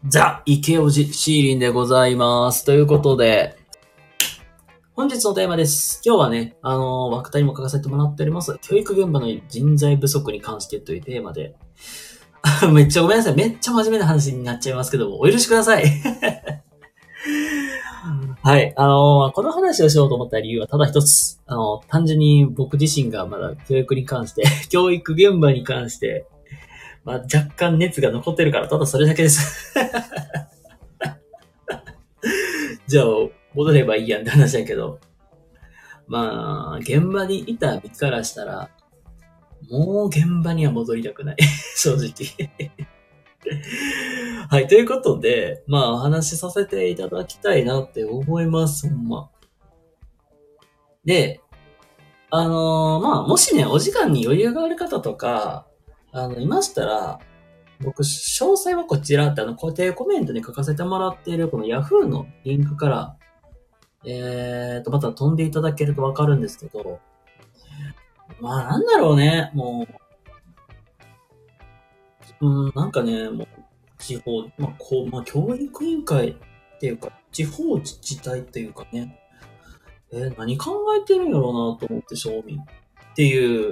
ザ・池オジシーリンでございます。ということで、本日のテーマです。今日はね、枠タにも書かせてもらっております、教育現場の人材不足に関してというテーマで、めっちゃごめんなさい。めっちゃ真面目な話になっちゃいますけども、お許しください。はい。この話をしようと思った理由はただ一つ。単純に僕自身がまだ教育に関して、教育現場に関して、若干熱が残ってるから、ただそれだけです。じゃあ、戻ればいいやんって話だけど。現場にいた身からしたら、もう現場には戻りたくない。正直。はい、ということで、お話しさせていただきたいなって思います、ほんま。で、もしね、お時間に余裕がある方とか、いましたら、僕、詳細はこちらって固定コメントに書かせてもらっているこの Yahoo のリンクから、また飛んでいただけるとわかるんですけど、なんだろうね、もう、なんかね、もう、地方、教育委員会っていうか、地方自治体っていうかね、何考えてるんやろうなと思って、庶民っていう、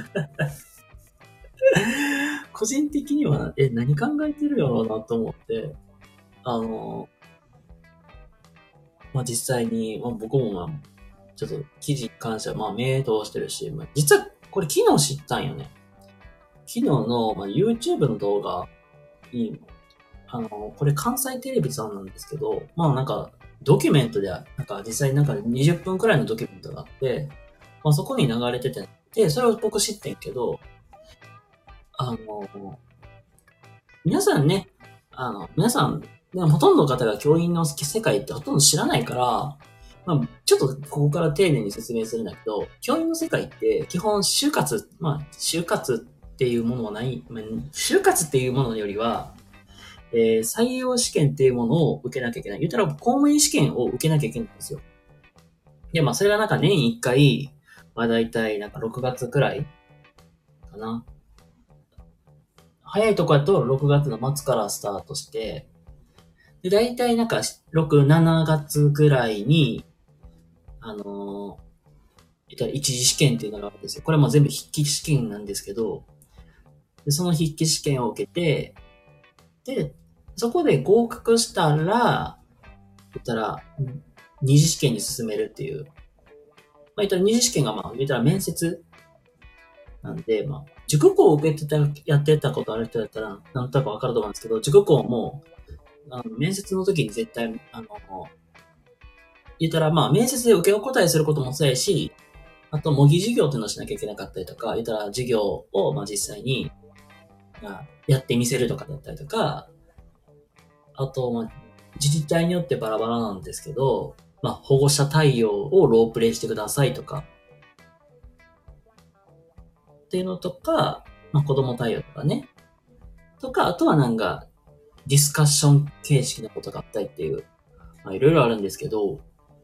個人的には、何考えてるんやろうなと思って、実際に、僕もちょっと記事に関しては、目通してるし、実はこれ昨日知ったんよね。昨日の、YouTube の動画に、これ関西テレビさんなんですけど、ドキュメントで、実際に20分くらいのドキュメントがあって、そこに流れてて、で、それを僕知ってんけど、皆さんね、皆さん、ほとんどの方が教員の世界ってほとんど知らないから、ちょっとここから丁寧に説明するんだけど、教員の世界って基本就活っていうものはない、就活っていうものよりは、採用試験っていうものを受けなきゃいけない。言ったら公務員試験を受けなきゃいけないんですよ。で、それが年1回、だいたい6月くらいかな。早いとこだと6月の末からスタートして、で、だいたい6、7月ぐらいに、一次試験っていうのがあるんですよ。これも全部筆記試験なんですけど、でその筆記試験を受けて、で、そこで合格したら、二次試験に進めるっていう。二次試験が面接なんで、塾講を受けてやってたことある人だったら、なんとなくわかると思うんですけど、塾講も、面接の時に絶対、面接で受け答えすることもそうやし、あと、模擬授業っていうのをしなきゃいけなかったりとか、授業を、実際に、やってみせるとかだったりとか、あと、自治体によってバラバラなんですけど、保護者対応をロープレイしてくださいとか、っていうのとか、子供対応とかね。とか、あとはディスカッション形式のことがあったりっていう、いろいろあるんですけど、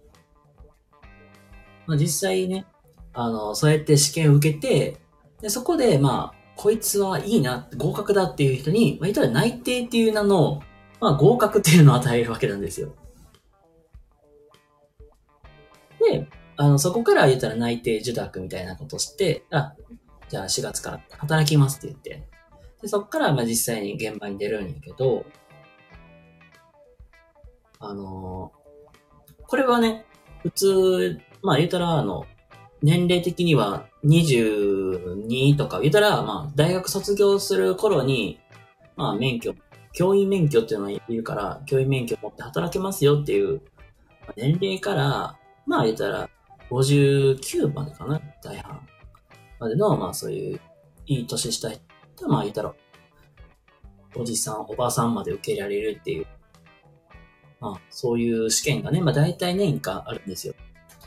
実際ね、そうやって試験を受けて、で、そこで、こいつはいいな、合格だっていう人に、言ったら内定っていう名の、合格っていうのを与えるわけなんですよ。で、そこから言ったら内定受託みたいなことをして、じゃあ4月から働きますって言って、で、そこから実際に現場に出るんやけど、これはね、普通、言ったら年齢的には22とか、言ったら大学卒業する頃に、教員免許っていうのがいるから、教員免許を持って働けますよっていう年齢から、言ったら59までかな、大半までの、そういういい年した人は、言ったらおじさん、おばさんまで受けられるっていう、そういう試験がね、大体年間あるんですよ。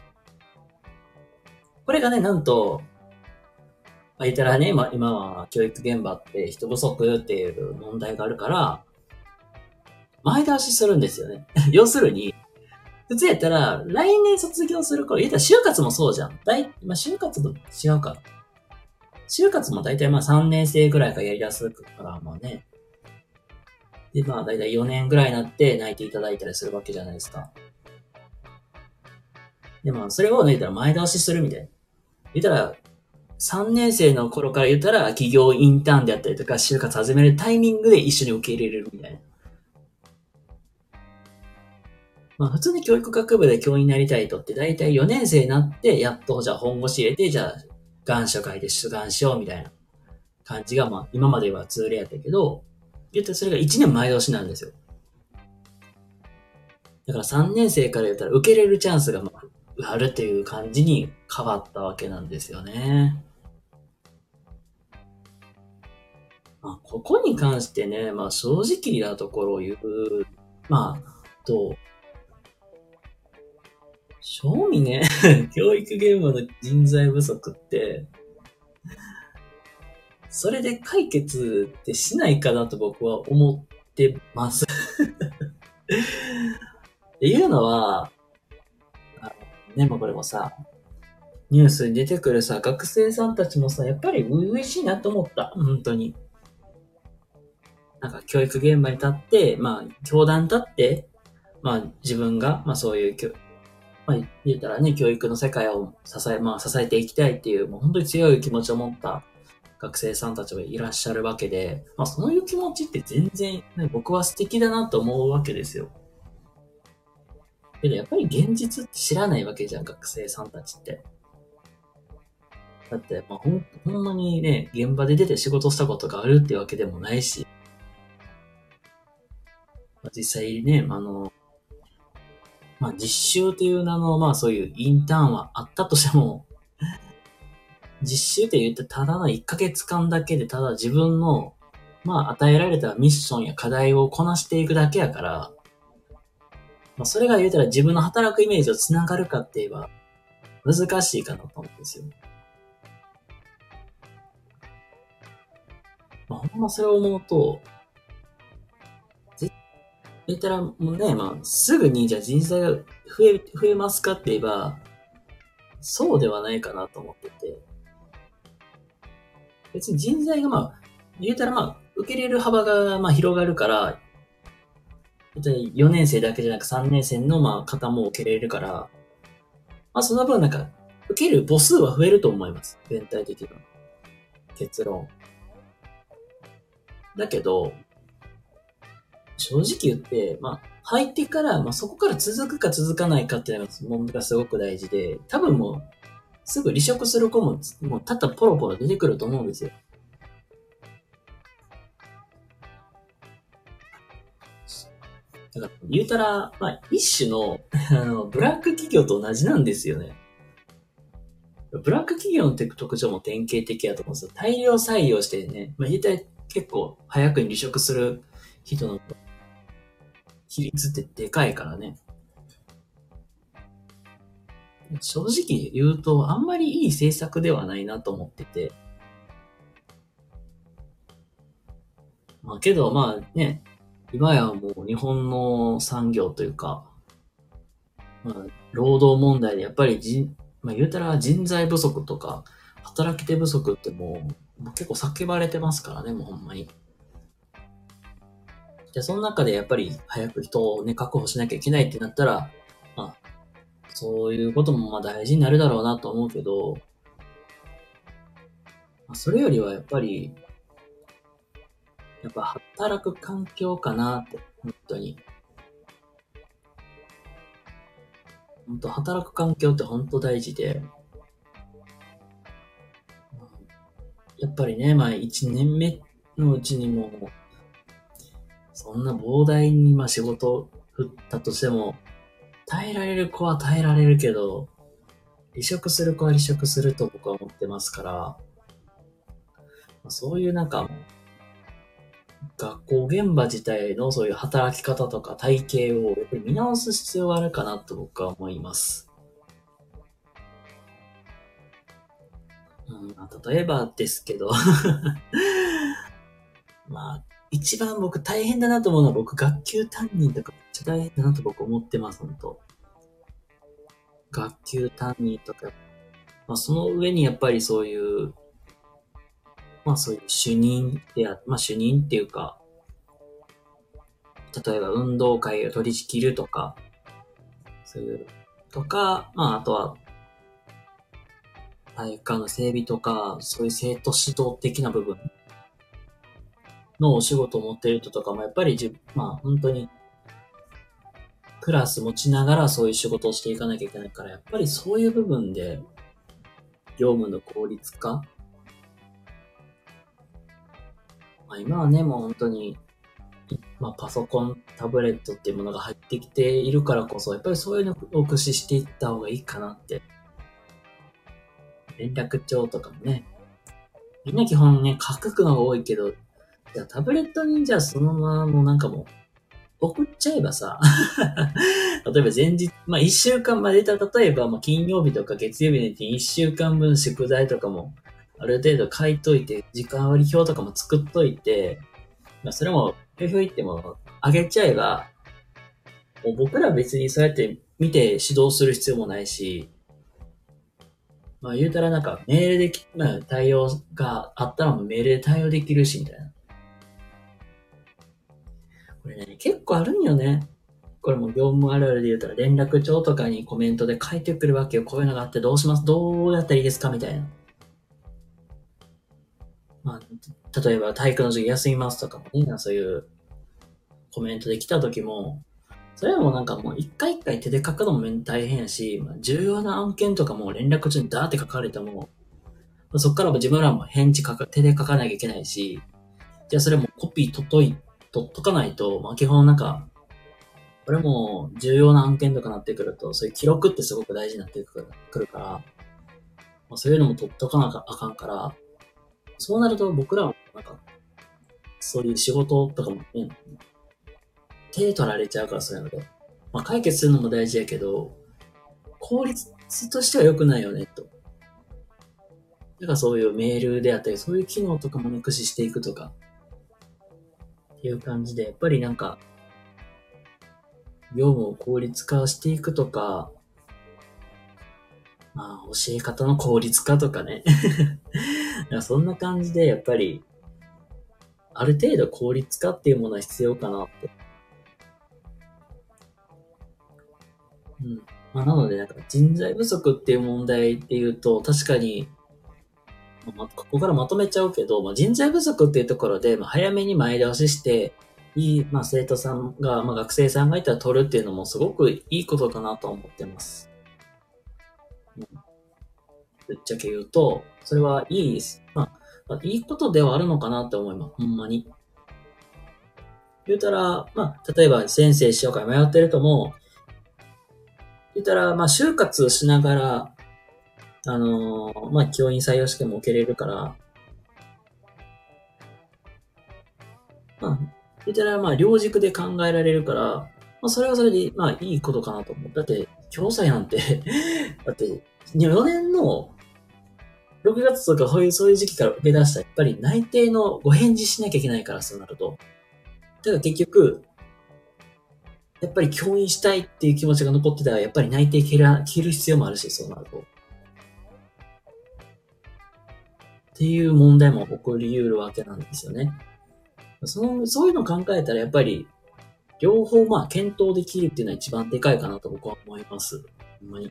これがね、なんと、言ったらね、今は教育現場って人不足っていう問題があるから、前倒しするんですよね。要するに、普通やったら、来年卒業する頃、言ったら就活もそうじゃん。就活も違うか。就活も大体3年生ぐらいからやり出すから、ね。 で、まあ、だいたい4年ぐらいになって泣いていただいたりするわけじゃないですか。で、まあ、それをね、言ったら前倒しするみたいな。言ったら、3年生の頃から言ったら、企業インターンであったりとか、就活始めるタイミングで一緒に受け入れれるみたいな。まあ、普通に教育学部で教員になりたい人って、だいたい4年生になって、やっと、じゃあ本腰入れて、じゃあ、願書書いて出願しようみたいな感じが、まあ、今までは通例やったけど、言ったらそれが1年前倒しなんですよ。だから3年生から言ったら受けれるチャンスが、まあ、あるっていう感じに変わったわけなんですよね。まあ、ここに関してね、まあ正直なところを言う、まあ、正味ね、教育現場の人材不足って、それで解決ってしないかなと僕は思ってます。っていうのは、ね、もうこれもさ、ニュースに出てくるさ、学生さんたちもさ、やっぱり初々しいなと思った。本当に。なんか教育現場に立って、まあ、教壇に立って、まあ自分が、まあそういうまあ言ったらね、教育の世界を支えていきたいっていう、もう本当に強い気持ちを持った学生さんたちがいらっしゃるわけで、まあそういう気持ちって全然、ね、僕は素敵だなと思うわけですよ。けどやっぱり現実って知らないわけじゃん、学生さんたちって。だって、まあほんまにね、現場で出て仕事したことがあるっていうわけでもないし、まあ、実際ね、まあ実習という名の、まあそういうインターンはあったとしても、実習って言ってただの1ヶ月間だけでただ自分の、まあ与えられたミッションや課題をこなしていくだけやから、まあそれが言うたら自分の働くイメージをつながるかって言えば難しいかなと思うんですよ。まあほんまそれを思うと、言ったらもうね、まあすぐにじゃあ人材が増えますかって言えば、そうではないかなと思ってて、別に人材がまあ、言うたらまあ、受け入れる幅がまあ広がるから、4年生だけじゃなく3年生のまあ方も受け入れるから、まあその分なんか、受ける母数は増えると思います。全体的な結論。だけど、正直言って、まあ、入ってから、まあそこから続くか続かないかっていうのが問題がすごく大事で、多分もう、すぐ離職する子も、もうたったポロポロ出てくると思うんですよ。だから、言うたら、まあ、一種の、ブラック企業と同じなんですよね。ブラック企業の特徴も典型的やと思うんですよ。大量採用してね、まあ、大体結構早くに離職する人の比率ってでかいからね。正直言うと、あんまりいい政策ではないなと思ってて。まあけどまあね、今やもう日本の産業というか、まあ、労働問題でやっぱりまあ言うたら人材不足とか、働き手不足ってもう結構叫ばれてますからね、もうほんまに。で、その中でやっぱり早く人をね、確保しなきゃいけないってなったら、まあ、そういうこともまあ大事になるだろうなと思うけど、まあ、それよりはやっぱり、やっぱ働く環境かなって、本当に。本当働く環境って本当大事で、やっぱりね、まあ1年目のうちにもそんな膨大にまあ仕事を振ったとしても、耐えられる子は耐えられるけど、離職する子は離職すると僕は思ってますから、そういうなんか、学校現場自体のそういう働き方とか体系をやっぱり見直す必要があるかなと僕は思います。例えばですけどまあ、一番僕大変だなと思うのは僕学級担任とかめっちゃ大変だなと僕思ってます、本当学級担任とか、まあその上にやっぱりそういう、まあそういう主任っていうか、 例えば運動会を取り仕切るとか、そういうとか、あとは体育館の整備とか、そういう生徒指導的な部分のお仕事を持っている人とかも、やっぱり本当にクラス持ちながらそういう仕事をしていかなきゃいけないから、やっぱりそういう部分で、業務の効率化。今はね、もう本当に、パソコン、タブレットっていうものが入ってきているからこそ、やっぱりそういうのを駆使していった方がいいかなって。連絡帳とかもね、みんな基本ね、書くのが多いけど、じゃあタブレットにじゃあそのままもう送っちゃえばさ、例えば前日、一週間まで例えば金曜日とか月曜日に一週間分宿題とかもある程度書いといて、時間割表とかも作っといて、それもひょいってもあげちゃえば、もう僕ら別にそうやって見て指導する必要もないし、言うたらメールで対応があったらメールで対応できるし、みたいな。これね、結構あるんよね。これも業務あるあるで言うたら連絡帳とかにコメントで書いてくるわけよ。こういうのがあってどうします？どうやったらいいですか？みたいな。例えば体育の授業休みますとかもね、そういうコメントで来た時も、それはもうもう一回一回手で書くのも大変やし、重要な案件とかも連絡帳にダーって書かれても、そっから自分らも手で書かなきゃいけないし、じゃあそれもコピー取っとかないと、基本これも重要な案件とかなってくると、そういう記録ってすごく大事になってくるから、そういうのも取っとかなあかんから、そうなると僕らもそういう仕事とかもね、手取られちゃうからそういうので。解決するのも大事やけど、効率としては良くないよね、と。だからそういうメールであったり、そういう機能とかも駆使していくとか、っていう感じで、やっぱり業務を効率化していくとか、教え方の効率化とかね。そんな感じで、やっぱり、ある程度効率化っていうものは必要かなって。なので、人材不足っていう問題っていうと、確かに、ここからまとめちゃうけど、人材不足っていうところで、早めに前倒しして、生徒さんが、学生さんがいたら取るっていうのもすごくいいことかなと思ってます。ぶっちゃけ言うと、それはいいです。いいことではあるのかなって思います。ほんまに。言うたら、例えば先生しようか迷ってるとも、言ったら、就活しながら、教員採用試験も受けれるから、言ったら、両軸で考えられるから、それはそれで、いいことかなと思う。だって、教材なんてだって、4年の6月とかそういう時期から受け出したら、やっぱり内定のご返事しなきゃいけないから、そうなると。だから結局、やっぱり教員したいっていう気持ちが残ってたら、やっぱり内定切る必要もあるし、そうなると。っていう問題も起こり得るわけなんですよね。そういうのを考えたら、やっぱり、両方検討できるっていうのは一番でかいかなと僕は思います。ほんまに。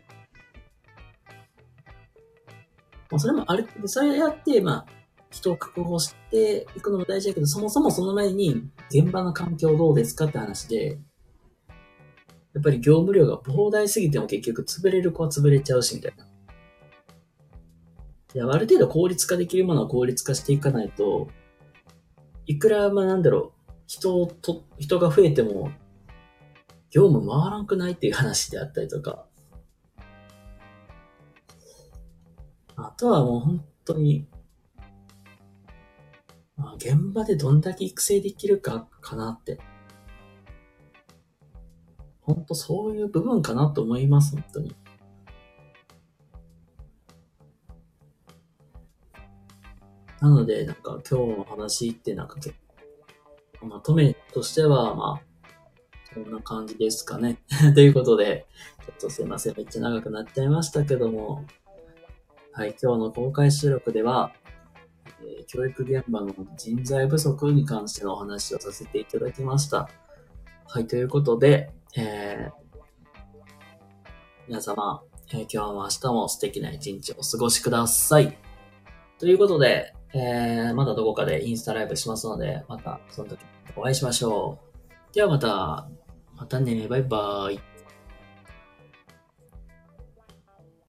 それもある、それやって、人を確保していくのも大事だけど、そもそもその前に、現場の環境どうですかって話で、やっぱり業務量が膨大すぎても結局潰れる子は潰れちゃうし、みたいな。いや、ある程度効率化できるものは効率化していかないと、いくら、人が増えても、業務回らんくないっていう話であったりとか、あとはもう本当に、現場でどんだけ育成できるかなって。本当そういう部分かなと思います、本当に。なので、今日の話ってまとめとしては、そんな感じですかね。ということで、ちょっとすいません。めっちゃ長くなっちゃいましたけども、はい、今日の公開収録では、教育現場の人材不足に関してのお話をさせていただきました。 はい、ということで、皆様、今日も明日も素敵な一日をお過ごしください。ということで、またどこかでインスタライブしますので、またその時お会いしましょう。ではまたね、バイバイ。